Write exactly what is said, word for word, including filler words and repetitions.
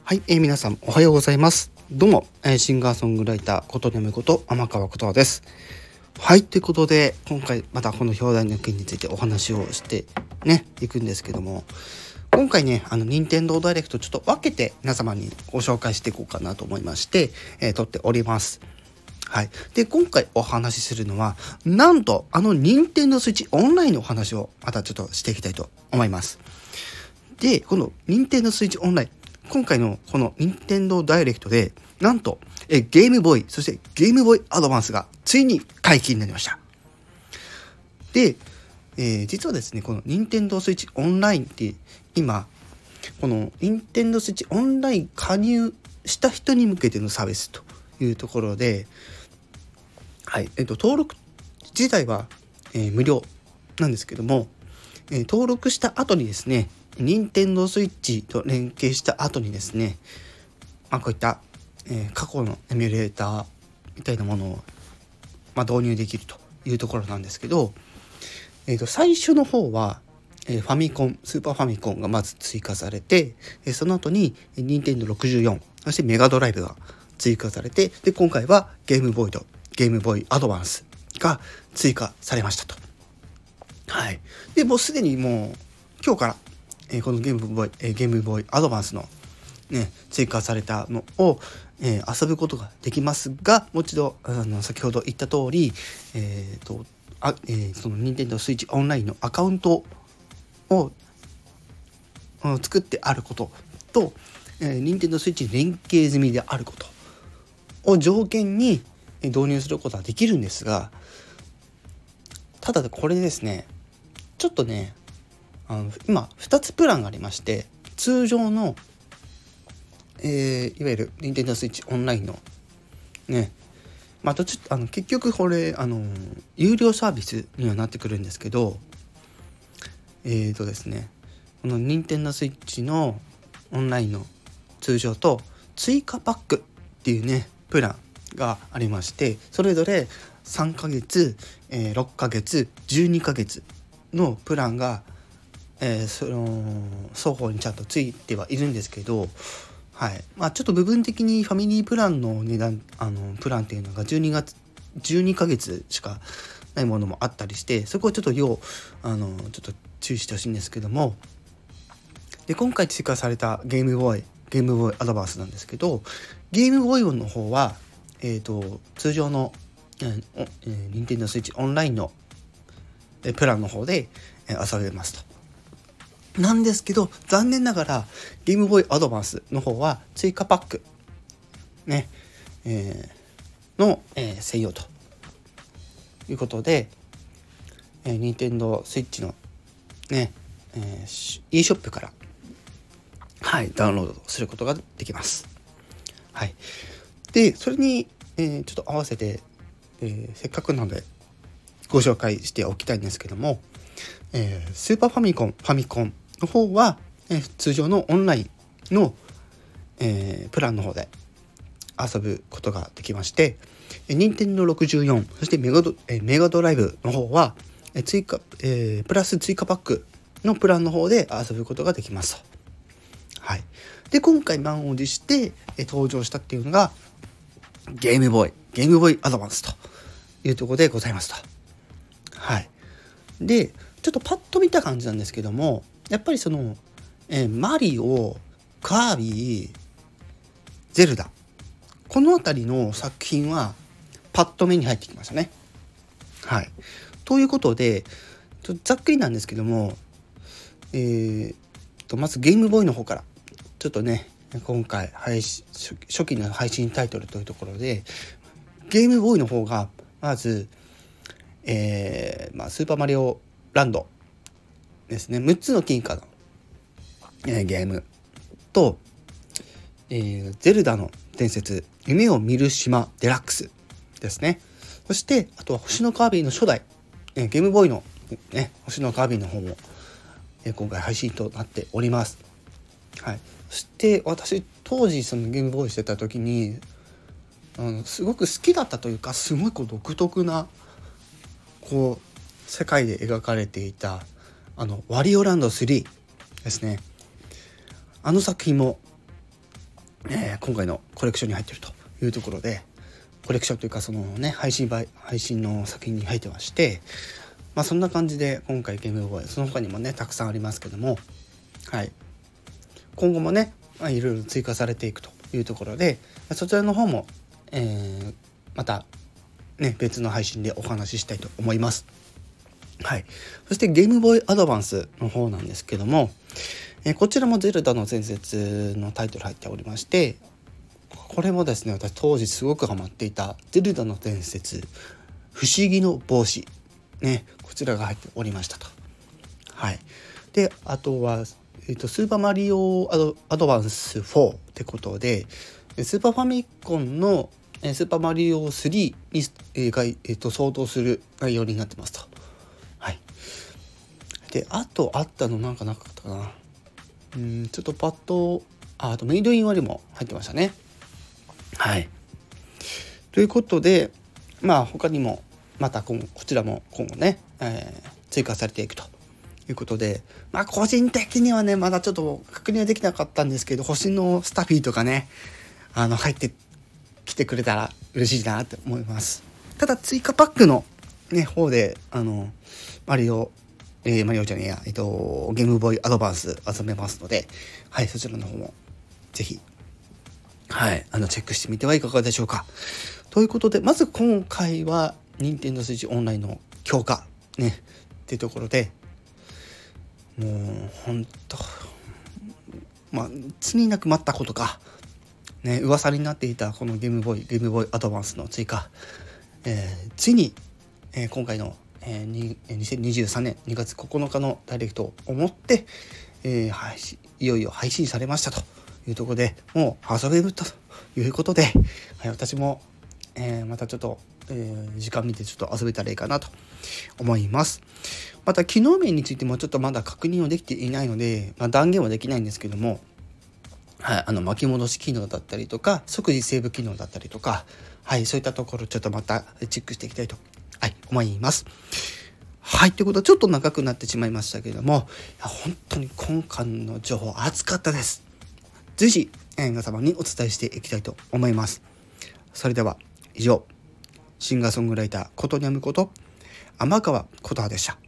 はい、えー、皆さんおはようございます。どうも、えー、シンガーソングライターことねむこと天川ことです。はい、ということで今回またこの表題の件についてお話をしてねいくんですけども、今回ねあの任天堂ダイレクトちょっと分けて皆様にご紹介していこうかなと思いまして、えー、撮っております。はい、で今回お話しするのはなんとあの任天堂スイッチオンラインのお話をまたちょっとしていきたいと思います。でこの任天堂スイッチオンライン、今回のこの任天堂ダイレクトでなんとえゲームボーイ、そしてゲームボーイアドバンスがついに解禁になりました。で、えー、実はですねこの任天堂スイッチオンラインって今この任天堂スイッチオンライン加入した人に向けてのサービスというところで、はいえー、と登録自体は、えー、無料なんですけども、えー、登録した後にですね任天堂スイッチと連携した後にですね、まあ、こういった、えー、過去のエミュレーターみたいなものを、まあ、導入できるというところなんですけど、えー、と最初の方は、えー、ファミコンスーパーファミコンがまず追加されて、えー、その後に任天堂ろくじゅうよん、そしてメガドライブが追加されて、で今回はゲームボーイとゲームボーイアドバンスが追加されましたと。はい。でもうすでにもう今日からえー、このゲームボーイ、えー、ゲームボーイアドバンスの、ね、追加されたのを、えー、遊ぶことができますが、もう一度あの先ほど言った通り、えーとあえー、その任天堂スイッチオンラインのアカウントを作ってあることと、えー、任天堂スイッチに連携済みであることを条件に導入することはできるんですが、ただこれですねちょっとねあの今ふたつプランがありまして、通常の、えー、いわゆる Nintendo Switch オンラインのね、またちょっとあの結局これあの有料サービスにはなってくるんですけど、えーとですねこの Nintendo Switch のオンラインの通常と追加パックっていうねプランがありまして、それぞれさんかげつ、えー、ろっかげつ、じゅうにかげつのプランがえー、その双方にちゃんとついてはいるんですけど、はいまあ、ちょっと部分的にファミリープランの値段あのプランっていうのがじゅうにがつじゅうにかげつしかないものもあったりして、そこをちょっと要あのちょっと注意してほしいんですけども、で今回追加されたゲームボーイゲームボーイアドバンスなんですけど、ゲームボーイの方は、えー、と通常の、えーえー、Nintendo Switch オンラインのプランの方で、えー、遊べますと。なんですけど残念ながらゲームボーイアドバンスの方は追加パックね、えー、の、えー、専用ということで、えー、Nintendo Switch のね、えー、e ショップからはいダウンロードすることができます。はい。でそれに、えー、ちょっと合わせて、えー、せっかくなのでご紹介しておきたいんですけども、えー、スーパーファミコンファミコンの方は、えー、通常のオンラインの、えー、プランの方で遊ぶことができまして、えー、ニンテンドーろくじゅうよん、そしてメガド、えー、メガドライブの方は、えー、追加、えー、プラス追加パックのプランの方で遊ぶことができますと。はい。で今回満を持して、えー、登場したっていうのがゲームボーイゲームボーイアドバンスというところでございますと。はい。でちょっとパッと見た感じなんですけども、やっぱりその、えー、マリオ、カービィ、ゼルダ、このあたりの作品はパッと目に入ってきましたね。はい。ということでちょっとざっくりなんですけども、えー、とまずゲームボーイの方からちょっとね今回配信初期の配信タイトルというところで、ゲームボーイの方がまず、えーまあ、スーパーマリオランドですね、むっつの金貨の、えー、ゲームと、えー、ゼルダの伝説夢を見る島デラックスですね。そしてあとは星のカービィの初代、えー、ゲームボーイの、ね、星のカービィの方も、えー、今回配信となっております。はい。そして私当時そのゲームボーイしてた時にあのすごく好きだったというか、すごいこう独特なこう世界で描かれていたあのワリオランドスリーですね。あの作品もえー、今回のコレクションに入っているというところで、コレクションというかそのね配信配信の作品に入ってまして、まあそんな感じで今回ゲームボーイ、その他にもねたくさんありますけども、はい、今後もね、まあ、いろいろ追加されていくというところで、そちらの方も、えー、またね別の配信でお話ししたいと思います。はい、そしてゲームボーイアドバンスの方なんですけども、えー、こちらもゼルダの伝説のタイトル入っておりまして、これもですね私当時すごくハマっていたゼルダの伝説不思議の帽子ね、こちらが入っておりましたと。はい、であとは、えーと、スーパーマリオア ド, アドバンスフォーってことで、スーパーファミコンのスーパーマリオスリーに、えーがえー、と相当する内容になってますと。はい、であとあったのなんかなかったかな、うんちょっとパッと あ, あとメイドインワリも入ってましたね。はい、ということでまあ他にもまた今後こちらも今後ね、えー、追加されていくということで、まあ個人的にはねまだちょっと確認はできなかったんですけど、星のスタフィーとかねあの入ってきてくれたら嬉しいなって思います。ただ追加パックのね方であのマリオえー、マリオじゃねえや、えっとゲームボーイアドバンス遊べますので、はい、そちらの方もぜひはいあのチェックしてみてはいかがでしょうか。ということでまず今回は任天堂スイッチオンラインの強化ねっていうところで、もうほんとまあつになく待ったことかね、噂になっていたこのゲームボーイゲームボーイアドバンスの追加、えー、ついに、えー、今回の、えー、にせんにじゅうさんねんにがつここのかのダイレクトをもって、えー、配信いよいよ配信されましたというところで、もう遊べるということで、はい、私も、えー、またちょっと、えー、時間見てちょっと遊べたらいいかなと思います。また機能面についてもちょっとまだ確認はできていないので、まあ、断言はできないんですけども、はい、あの巻き戻し機能だったりとか即時セーブ機能だったりとか、はい、そういったところちょっとまたチェックしていきたいと、はい、思います。はい、ということはちょっと長くなってしまいましたけれども、いや本当に今回の情報熱かったです。随時、えー、皆様にお伝えしていきたいと思います。それでは以上、シンガーソングライターことにゃむこと天川琴葉でした。